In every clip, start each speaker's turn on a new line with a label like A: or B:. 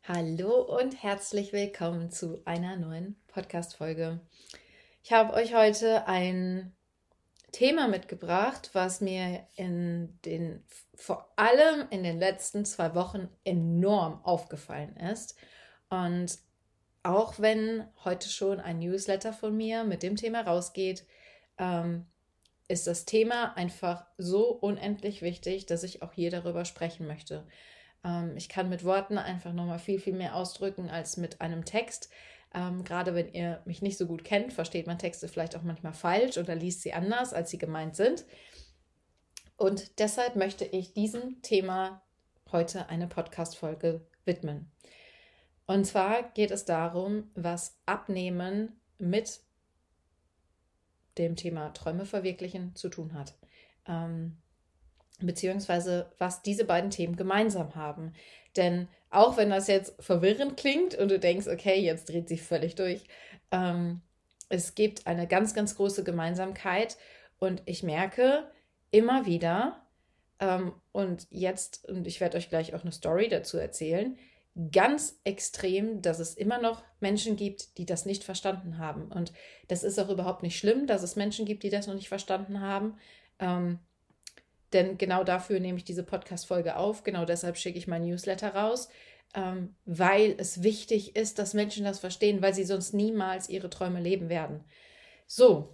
A: Hallo und herzlich willkommen zu einer neuen Podcast-Folge. Ich habe euch heute ein Thema mitgebracht, was mir vor allem in den letzten 2 Wochen enorm aufgefallen ist. Und auch wenn heute schon ein Newsletter von mir mit dem Thema rausgeht, ist das Thema einfach so unendlich wichtig, dass ich auch hier darüber sprechen möchte. Ich kann mit Worten einfach nochmal viel, viel mehr ausdrücken als mit einem Text. Gerade wenn ihr mich nicht so gut kennt, versteht man Texte vielleicht auch manchmal falsch oder liest sie anders, als sie gemeint sind. Und deshalb möchte ich diesem Thema heute eine Podcast-Folge widmen. Und zwar geht es darum, was Abnehmen mit dem Thema Träume verwirklichen zu tun hat. Beziehungsweise was diese beiden Themen gemeinsam haben. Denn auch wenn das jetzt verwirrend klingt und du denkst, okay, jetzt dreht sich völlig durch, es gibt eine ganz, ganz große Gemeinsamkeit und ich merke immer wieder, und ich werde euch gleich auch eine Story dazu erzählen, ganz extrem, dass es immer noch Menschen gibt, die das nicht verstanden haben. Und das ist auch überhaupt nicht schlimm, dass es Menschen gibt, die das noch nicht verstanden haben. Denn genau dafür nehme ich diese Podcast-Folge auf. Genau deshalb schicke ich mein Newsletter raus, weil es wichtig ist, dass Menschen das verstehen, weil sie sonst niemals ihre Träume leben werden. So,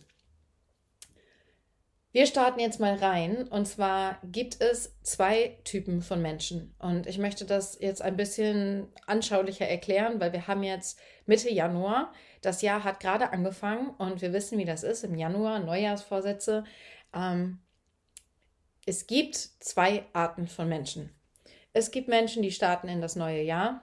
A: wir starten jetzt mal rein. Und zwar gibt es 2 Typen von Menschen. Und ich möchte das jetzt ein bisschen anschaulicher erklären, weil wir haben jetzt Mitte Januar. Das Jahr hat gerade angefangen und wir wissen, wie das ist im Januar, Neujahrsvorsätze. Es gibt 2 Arten von Menschen. Es gibt Menschen, die starten in das neue Jahr,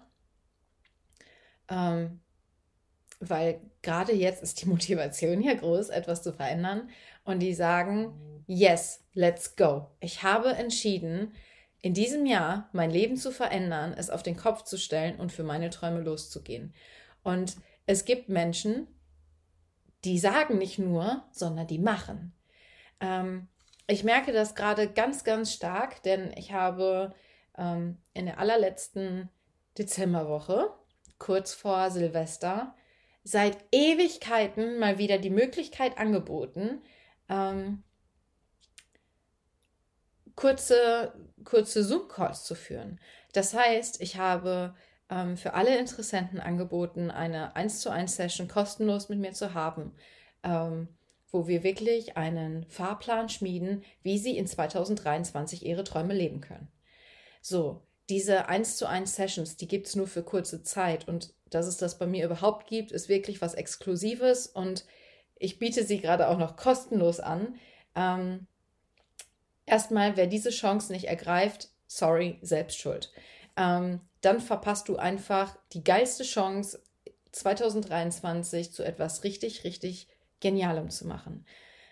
A: weil gerade jetzt ist die Motivation hier groß, etwas zu verändern. Und die sagen, yes, let's go. Ich habe entschieden, in diesem Jahr mein Leben zu verändern, es auf den Kopf zu stellen und für meine Träume loszugehen. Und es gibt Menschen, die sagen nicht nur, sondern die machen. Ich merke das gerade ganz, ganz stark, denn ich habe in der allerletzten Dezemberwoche, kurz vor Silvester, seit Ewigkeiten mal wieder die Möglichkeit angeboten, kurze Zoom-Calls zu führen. Das heißt, ich habe für alle Interessenten angeboten, eine 1:1 Session kostenlos mit mir zu haben, wo wir wirklich einen Fahrplan schmieden, wie sie in 2023 ihre Träume leben können. So, diese 1:1 Sessions, die gibt es nur für kurze Zeit und dass es das bei mir überhaupt gibt, ist wirklich was Exklusives und ich biete sie gerade auch noch kostenlos an. Erstmal, wer diese Chance nicht ergreift, sorry, selbst schuld. Dann verpasst du einfach die geilste Chance, 2023 zu etwas richtig, richtig Genialem zu machen.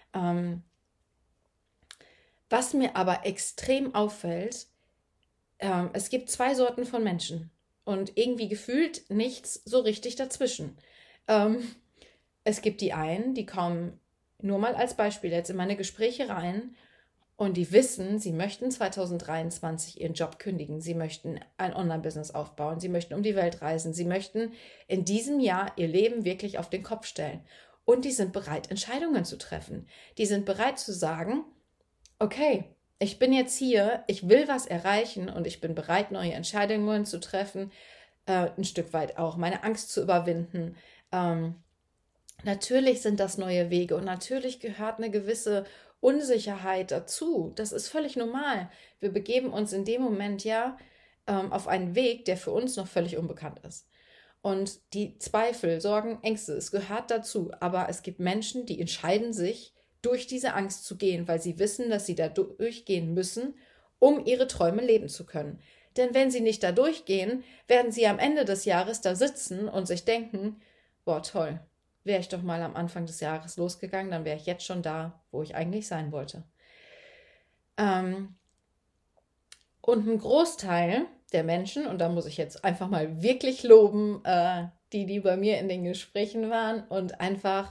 A: Was mir aber extrem auffällt, es gibt 2 Sorten von Menschen und irgendwie gefühlt nichts so richtig dazwischen. Es gibt die einen, die kommen nur mal als Beispiel jetzt in meine Gespräche rein und die wissen, sie möchten 2023 ihren Job kündigen, sie möchten ein Online-Business aufbauen, sie möchten um die Welt reisen, sie möchten in diesem Jahr ihr Leben wirklich auf den Kopf stellen. Und die sind bereit, Entscheidungen zu treffen. Die sind bereit zu sagen, okay, ich bin jetzt hier, ich will was erreichen und ich bin bereit, neue Entscheidungen zu treffen, ein Stück weit auch meine Angst zu überwinden. Natürlich sind das neue Wege und natürlich gehört eine gewisse Unsicherheit dazu. Das ist völlig normal. Wir begeben uns in dem Moment ja auf einen Weg, der für uns noch völlig unbekannt ist. Und die Zweifel, Sorgen, Ängste, es gehört dazu. Aber es gibt Menschen, die entscheiden sich, durch diese Angst zu gehen, weil sie wissen, dass sie da durchgehen müssen, um ihre Träume leben zu können. Denn wenn sie nicht da durchgehen, werden sie am Ende des Jahres da sitzen und sich denken, boah, toll, wäre ich doch mal am Anfang des Jahres losgegangen, dann wäre ich jetzt schon da, wo ich eigentlich sein wollte. Und ein Großteil der Menschen, und da muss ich jetzt einfach mal wirklich loben, die bei mir in den Gesprächen waren und einfach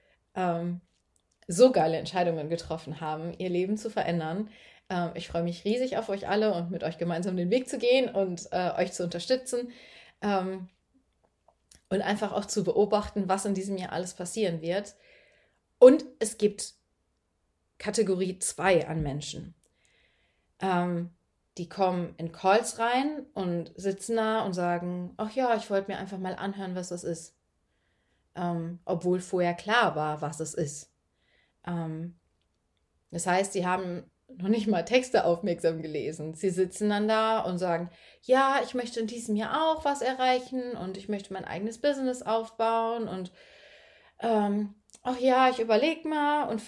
A: so geile Entscheidungen getroffen haben, ihr Leben zu verändern. Ich freue mich riesig auf euch alle und mit euch gemeinsam den Weg zu gehen und euch zu unterstützen. Ähm, und einfach auch zu beobachten, was in diesem Jahr alles passieren wird. Und es gibt Kategorie 2 an Menschen. Die kommen in Calls rein und sitzen da und sagen, ach ja, ich wollte mir einfach mal anhören, was das ist. Obwohl vorher klar war, was es ist. Das heißt, sie haben noch nicht mal Texte aufmerksam gelesen. Sie sitzen dann da und sagen, ja, ich möchte in diesem Jahr auch was erreichen und ich möchte mein eigenes Business aufbauen und ach ja, ich überlege mal und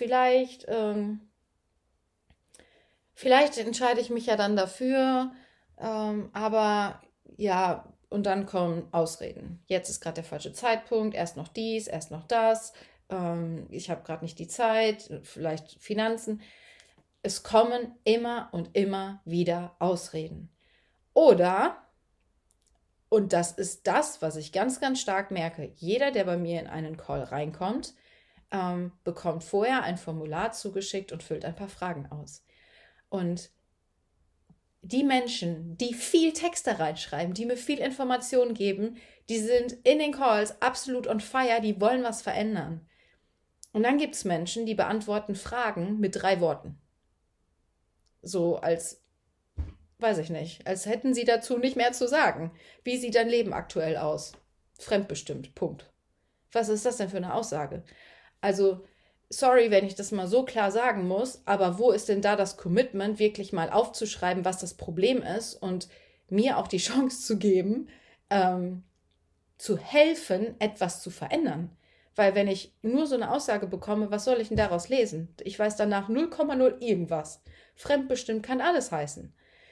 A: vielleicht entscheide ich mich ja dann dafür, aber ja, und dann kommen Ausreden. Jetzt ist gerade der falsche Zeitpunkt, erst noch dies, erst noch das, ich habe gerade nicht die Zeit, vielleicht Finanzen. Es kommen immer und immer wieder Ausreden. Oder, und das ist das, was ich ganz, ganz stark merke, jeder, der bei mir in einen Call reinkommt, bekommt vorher ein Formular zugeschickt und füllt ein paar Fragen aus. Und die Menschen, die viel Text da reinschreiben, die mir viel Information geben, die sind in den Calls absolut on fire, die wollen was verändern. Und dann gibt es Menschen, die beantworten Fragen mit 3 Worten. So als, weiß ich nicht, als hätten sie dazu nicht mehr zu sagen. Wie sieht dein Leben aktuell aus? Fremdbestimmt, Punkt. Was ist das denn für eine Aussage? Also, sorry, wenn ich das mal so klar sagen muss, aber wo ist denn da das Commitment, wirklich mal aufzuschreiben, was das Problem ist und mir auch die Chance zu geben, zu helfen, etwas zu verändern? Weil wenn ich nur so eine Aussage bekomme, was soll ich denn daraus lesen? Ich weiß danach 0,0 irgendwas. Fremdbestimmt kann alles heißen.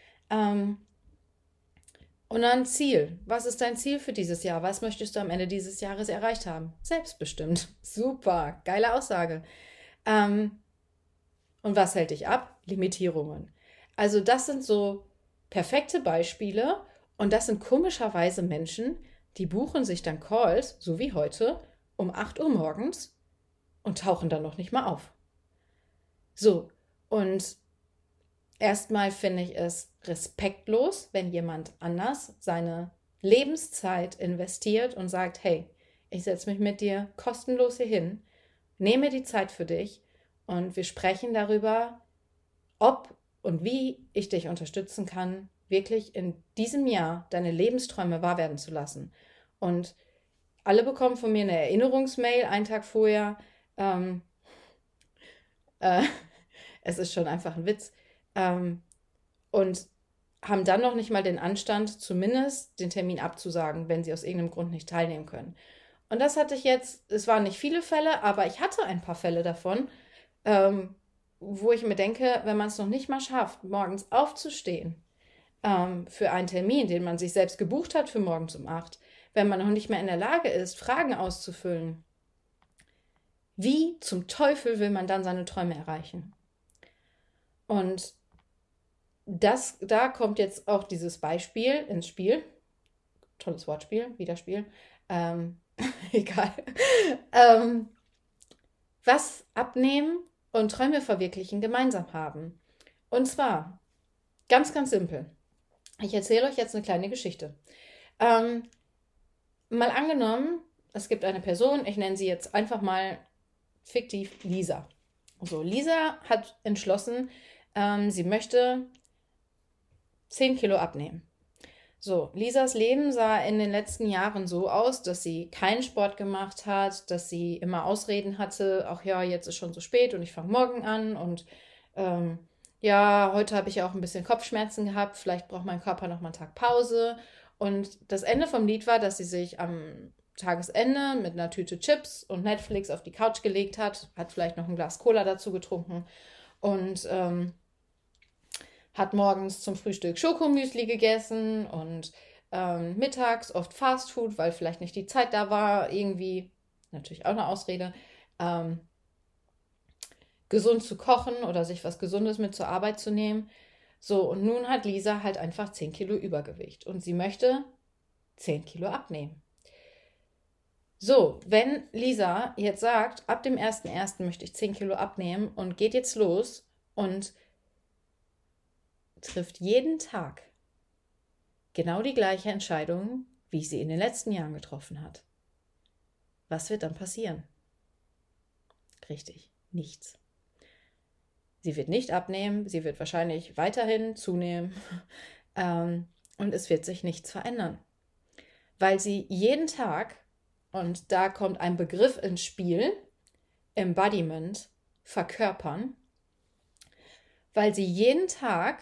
A: Und dann Ziel. Was ist dein Ziel für dieses Jahr? Was möchtest du am Ende dieses Jahres erreicht haben? Selbstbestimmt. Super. Geile Aussage. Und was hält dich ab? Limitierungen. Also das sind so perfekte Beispiele und das sind komischerweise Menschen, die buchen sich dann Calls, so wie heute, um 8 Uhr morgens und tauchen dann noch nicht mal auf. So, und erstmal finde ich es respektlos, wenn jemand anders seine Lebenszeit investiert und sagt, hey, ich setze mich mit dir kostenlos hier hin, nehme die Zeit für dich und wir sprechen darüber, ob und wie ich dich unterstützen kann, wirklich in diesem Jahr deine Lebensträume wahr werden zu lassen. Und alle bekommen von mir eine Erinnerungsmail einen Tag vorher. Es ist schon einfach ein Witz. Und haben dann noch nicht mal den Anstand, zumindest den Termin abzusagen, wenn sie aus irgendeinem Grund nicht teilnehmen können. Und das hatte ich jetzt, es waren nicht viele Fälle, aber ich hatte ein paar Fälle davon, wo ich mir denke, wenn man es noch nicht mal schafft, morgens aufzustehen für einen Termin, den man sich selbst gebucht hat für morgens um 8, wenn man noch nicht mehr in der Lage ist, Fragen auszufüllen, wie zum Teufel will man dann seine Träume erreichen? Und da kommt jetzt auch dieses Beispiel ins Spiel. Tolles Wortspiel, Wiederspiel. Egal. Was Abnehmen und Träume verwirklichen gemeinsam haben. Und zwar ganz, ganz simpel. Ich erzähle euch jetzt eine kleine Geschichte. Mal angenommen, es gibt eine Person, ich nenne sie jetzt einfach mal fiktiv Lisa. So, Lisa hat entschlossen, sie möchte 10 Kilo abnehmen. So, Lisas Leben sah in den letzten Jahren so aus, dass sie keinen Sport gemacht hat, dass sie immer Ausreden hatte, ach ja, jetzt ist schon so spät und ich fange morgen an und ja, heute habe ich auch ein bisschen Kopfschmerzen gehabt, vielleicht braucht mein Körper noch mal einen Tag Pause. Und das Ende vom Lied war, dass sie sich am Tagesende mit einer Tüte Chips und Netflix auf die Couch gelegt hat vielleicht noch ein Glas Cola dazu getrunken und hat morgens zum Frühstück Schokomüsli gegessen und mittags oft Fastfood, weil vielleicht nicht die Zeit da war, irgendwie, natürlich auch eine Ausrede, gesund zu kochen oder sich was Gesundes mit zur Arbeit zu nehmen. So, und nun hat Lisa halt einfach 10 Kilo Übergewicht und sie möchte 10 Kilo abnehmen. So, wenn Lisa jetzt sagt, ab dem 1.1. möchte ich 10 Kilo abnehmen und geht jetzt los und trifft jeden Tag genau die gleiche Entscheidung wie sie in den letzten Jahren getroffen hat. Was wird dann passieren? Richtig, nichts. Sie wird nicht abnehmen, sie wird wahrscheinlich weiterhin zunehmen und es wird sich nichts verändern. Weil sie jeden Tag, und da kommt ein Begriff ins Spiel, Embodiment, verkörpern, weil sie jeden Tag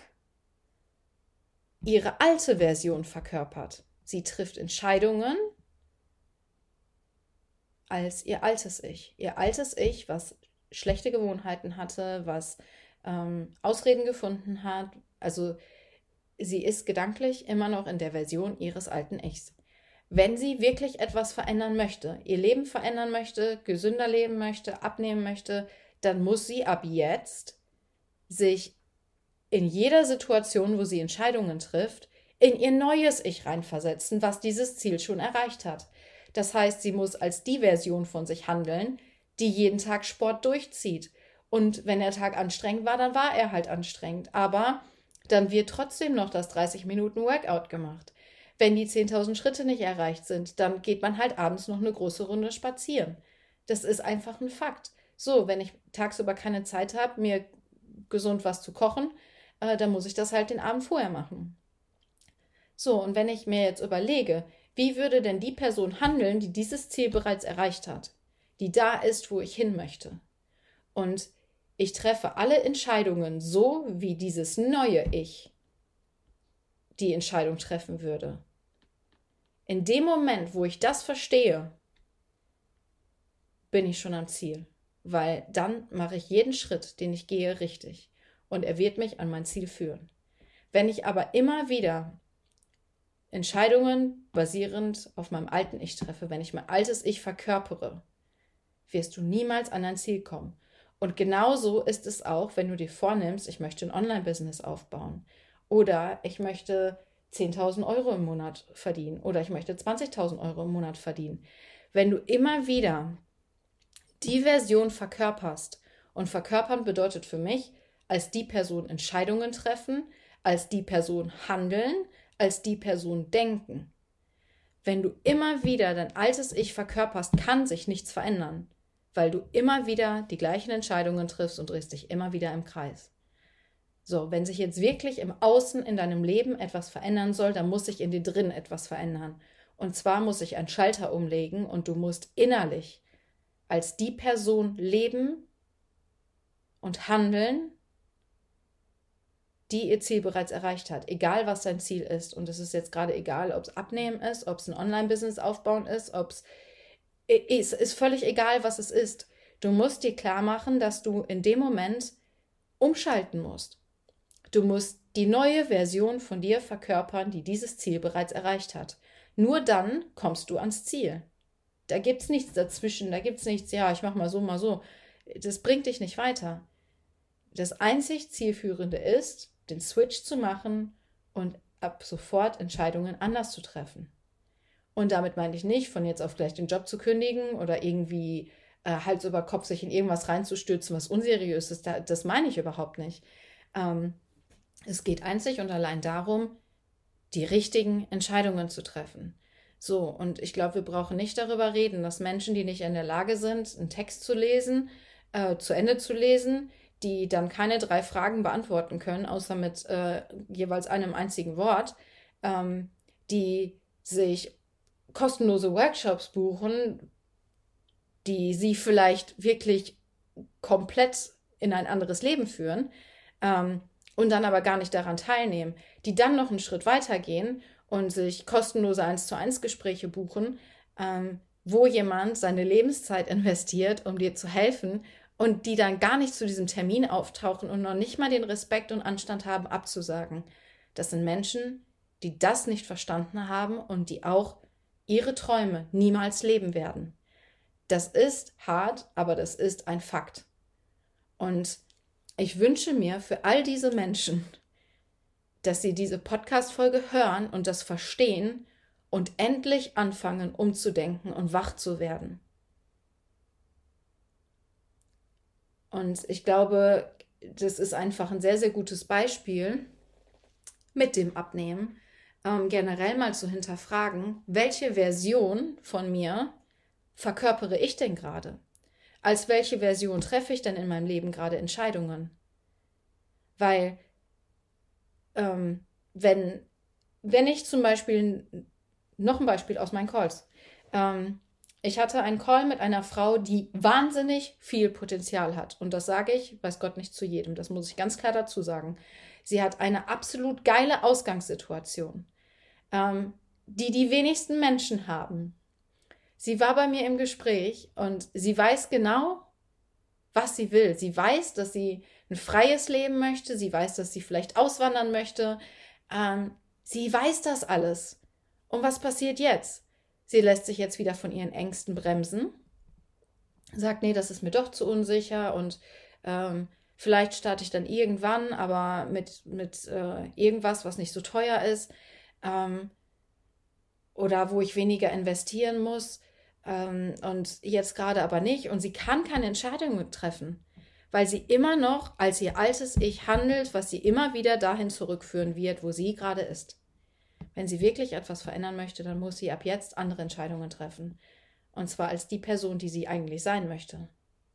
A: ihre alte Version verkörpert. Sie trifft Entscheidungen als ihr altes Ich. Ihr altes Ich, was schlechte Gewohnheiten hatte, was Ausreden gefunden hat. Also sie ist gedanklich immer noch in der Version ihres alten Ichs. Wenn sie wirklich etwas verändern möchte, ihr Leben verändern möchte, gesünder leben möchte, abnehmen möchte, dann muss sie ab jetzt sich in jeder Situation, wo sie Entscheidungen trifft, in ihr neues Ich reinversetzen, was dieses Ziel schon erreicht hat. Das heißt, sie muss als die Version von sich handeln, die jeden Tag Sport durchzieht. Und wenn der Tag anstrengend war, dann war er halt anstrengend. Aber dann wird trotzdem noch das 30 Minuten Workout gemacht. Wenn die 10.000 Schritte nicht erreicht sind, dann geht man halt abends noch eine große Runde spazieren. Das ist einfach ein Fakt. So, wenn ich tagsüber keine Zeit habe, mir gesund was zu kochen, dann muss ich das halt den Abend vorher machen. So, und wenn ich mir jetzt überlege, wie würde denn die Person handeln, die dieses Ziel bereits erreicht hat, die da ist, wo ich hin möchte? Und ich treffe alle Entscheidungen so, wie dieses neue Ich die Entscheidung treffen würde. In dem Moment, wo ich das verstehe, bin ich schon am Ziel, weil dann mache ich jeden Schritt, den ich gehe, richtig und er wird mich an mein Ziel führen. Wenn ich aber immer wieder Entscheidungen basierend auf meinem alten Ich treffe, wenn ich mein altes Ich verkörpere, wirst du niemals an dein Ziel kommen. Und genauso ist es auch, wenn du dir vornimmst, ich möchte ein Online-Business aufbauen oder ich möchte 10.000 Euro im Monat verdienen oder ich möchte 20.000 Euro im Monat verdienen. Wenn du immer wieder die Version verkörperst, und verkörpern bedeutet für mich, als die Person Entscheidungen treffen, als die Person handeln, als die Person denken. Wenn du immer wieder dein altes Ich verkörperst, kann sich nichts verändern, weil du immer wieder die gleichen Entscheidungen triffst und drehst dich immer wieder im Kreis. So, wenn sich jetzt wirklich im Außen in deinem Leben etwas verändern soll, dann muss sich in dir drin etwas verändern. Und zwar muss sich ein Schalter umlegen und du musst innerlich als die Person leben und handeln, die ihr Ziel bereits erreicht hat, egal was dein Ziel ist. Und es ist jetzt gerade egal, ob es Abnehmen ist, ob es ein Online-Business aufbauen ist, es ist völlig egal, was es ist. Du musst dir klar machen, dass du in dem Moment umschalten musst. Du musst die neue Version von dir verkörpern, die dieses Ziel bereits erreicht hat. Nur dann kommst du ans Ziel. Da gibt es nichts dazwischen, da gibt es nichts, ja, ich mache mal so, mal so. Das bringt dich nicht weiter. Das einzig Zielführende ist, den Switch zu machen und ab sofort Entscheidungen anders zu treffen. Und damit meine ich nicht, von jetzt auf gleich den Job zu kündigen oder irgendwie Hals über Kopf sich in irgendwas reinzustürzen, was unseriös ist. Das meine ich überhaupt nicht. Es geht einzig und allein darum, die richtigen Entscheidungen zu treffen. So, und ich glaube, wir brauchen nicht darüber reden, dass Menschen, die nicht in der Lage sind, einen Text zu lesen, zu Ende zu lesen, die dann keine 3 Fragen beantworten können, außer mit jeweils einem einzigen Wort, die sich kostenlose Workshops buchen, die sie vielleicht wirklich komplett in ein anderes Leben führen und dann aber gar nicht daran teilnehmen, die dann noch einen Schritt weiter gehen und sich kostenlose 1:1 Gespräche buchen, wo jemand seine Lebenszeit investiert, um dir zu helfen und die dann gar nicht zu diesem Termin auftauchen und noch nicht mal den Respekt und Anstand haben, abzusagen. Das sind Menschen, die das nicht verstanden haben und die auch ihre Träume niemals leben werden. Das ist hart, aber das ist ein Fakt. Und ich wünsche mir für all diese Menschen, dass sie diese Podcast-Folge hören und das verstehen und endlich anfangen, umzudenken und wach zu werden. Und ich glaube, das ist einfach ein sehr, sehr gutes Beispiel mit dem Abnehmen, generell mal zu hinterfragen, welche Version von mir verkörpere ich denn gerade? Als welche Version treffe ich denn in meinem Leben gerade Entscheidungen? Weil wenn ich zum Beispiel, noch ein Beispiel aus meinen Calls, ich hatte einen Call mit einer Frau, die wahnsinnig viel Potenzial hat. Und das sage ich, weiß Gott, nicht zu jedem. Das muss ich ganz klar dazu sagen. Sie hat eine absolut geile Ausgangssituation, die wenigsten Menschen haben. Sie war bei mir im Gespräch und sie weiß genau, was sie will. Sie weiß, dass sie ein freies Leben möchte. Sie weiß, dass sie vielleicht auswandern möchte. Sie weiß das alles. Und was passiert jetzt? Sie lässt sich jetzt wieder von ihren Ängsten bremsen, sagt, nee, das ist mir doch zu unsicher und vielleicht starte ich dann irgendwann, aber mit irgendwas, was nicht so teuer ist oder wo ich weniger investieren muss und jetzt gerade aber nicht. Und sie kann keine Entscheidungen treffen, weil sie immer noch als ihr altes Ich handelt, was sie immer wieder dahin zurückführen wird, wo sie gerade ist. Wenn sie wirklich etwas verändern möchte, dann muss sie ab jetzt andere Entscheidungen treffen. Und zwar als die Person, die sie eigentlich sein möchte.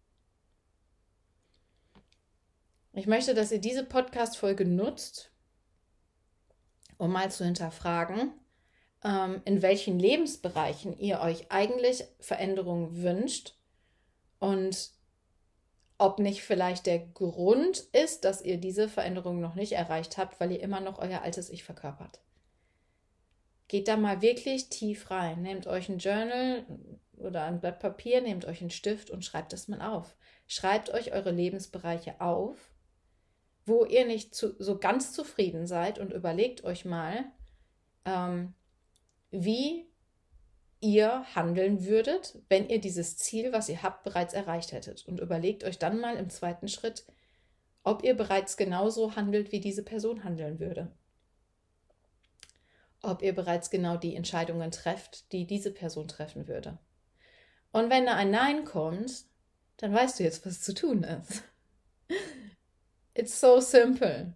A: Ich möchte, dass ihr diese Podcast-Folge nutzt, um mal zu hinterfragen, in welchen Lebensbereichen ihr euch eigentlich Veränderungen wünscht und ob nicht vielleicht der Grund ist, dass ihr diese Veränderung noch nicht erreicht habt, weil ihr immer noch euer altes Ich verkörpert. Geht da mal wirklich tief rein. Nehmt euch ein Journal oder ein Blatt Papier, nehmt euch einen Stift und schreibt das mal auf. Schreibt euch eure Lebensbereiche auf, wo ihr nicht so ganz zufrieden seid und überlegt euch mal, wie ihr handeln würdet, wenn ihr dieses Ziel, was ihr habt, bereits erreicht hättet. Und überlegt euch dann mal im zweiten Schritt, ob ihr bereits genauso handelt, wie diese Person handeln würde. Ob ihr bereits genau die Entscheidungen trefft, die diese Person treffen würde. Und wenn da ein Nein kommt, dann weißt du jetzt, was zu tun ist. It's so simple.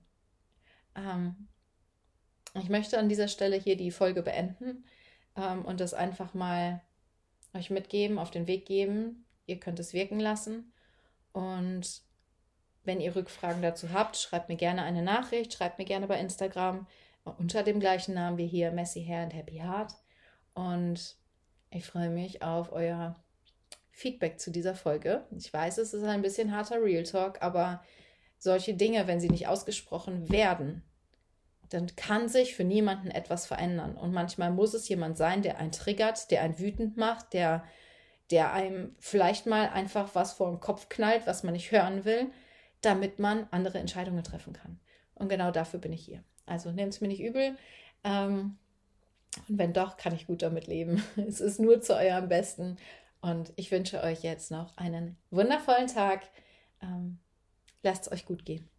A: Ich möchte an dieser Stelle hier die Folge beenden und das einfach mal euch mitgeben, auf den Weg geben. Ihr könnt es wirken lassen. Und wenn ihr Rückfragen dazu habt, schreibt mir gerne eine Nachricht, schreibt mir gerne bei Instagram unter dem gleichen Namen wie hier, Messy Hair and Happy Heart. Und ich freue mich auf euer Feedback zu dieser Folge. Ich weiß, es ist ein bisschen harter Real Talk, aber solche Dinge, wenn sie nicht ausgesprochen werden, dann kann sich für niemanden etwas verändern. Und manchmal muss es jemand sein, der einen triggert, der einen wütend macht, der einem vielleicht mal einfach was vor den Kopf knallt, was man nicht hören will, damit man andere Entscheidungen treffen kann. Und genau dafür bin ich hier. Also nehmt es mir nicht übel. Und wenn doch, kann ich gut damit leben. Es ist nur zu eurem Besten. Und ich wünsche euch jetzt noch einen wundervollen Tag. Lasst es euch gut gehen.